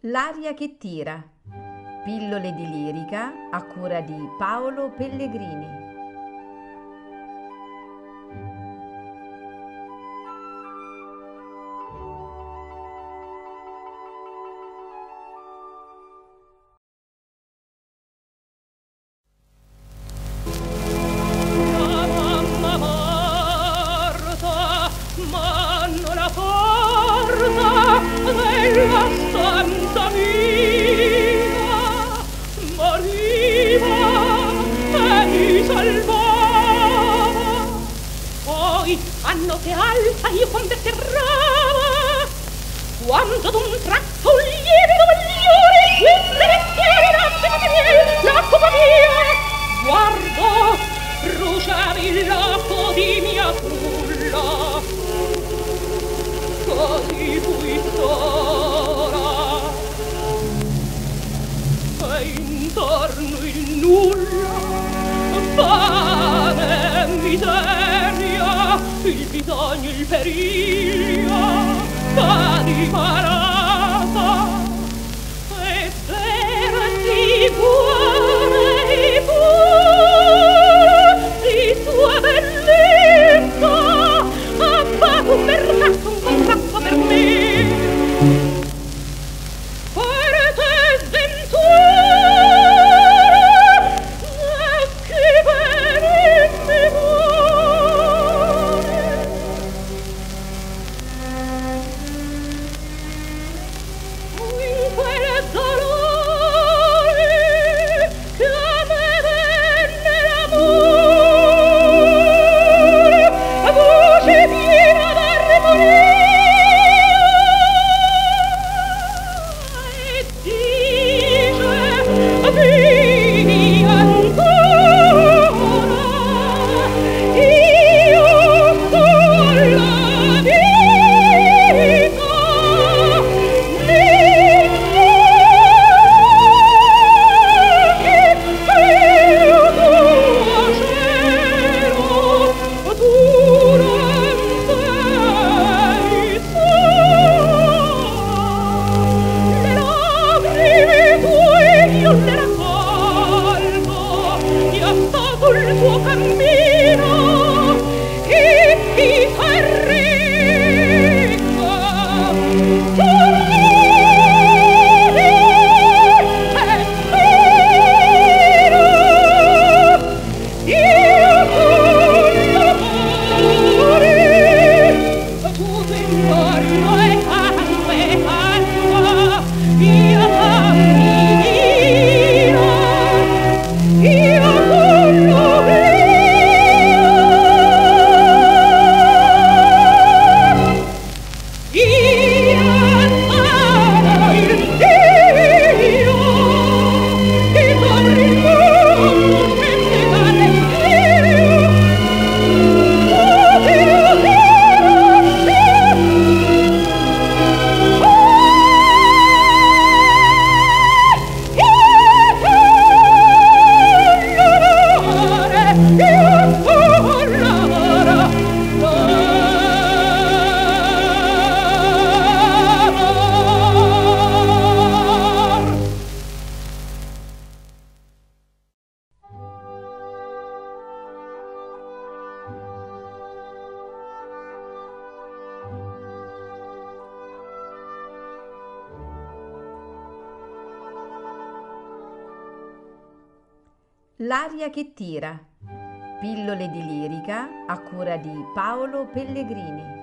L'aria che tira. Pillole di lirica a cura di Paolo Pellegrini. La mamma morta, ma non la porta della stanza mia, moriva e mi salvava. Poi a notte alta io converterrava, quando d'un tratto un lieve bagliore mentre vestieri la copa mia, guardo, bruciavi il lato di mia culla, così fui sola, e intorno il nulla, fame, miseria, il bisogno, il periglio, cadi parata, e versi buona e pura di sua bellezza, ha fatto un mercato, un contratto per me. Forte sventura, che per il me muore. In quel dolore che a me venne l'amore, voce piena d'armonia, e dice vivi ancora, io sola dico il tuo cammino che ti fa ricca, sorridi e spiro, io con l'amore tutto intorno è acqua, io cammino, io con l'amore. L'aria che tira. Pillole di lirica a cura di Paolo Pellegrini.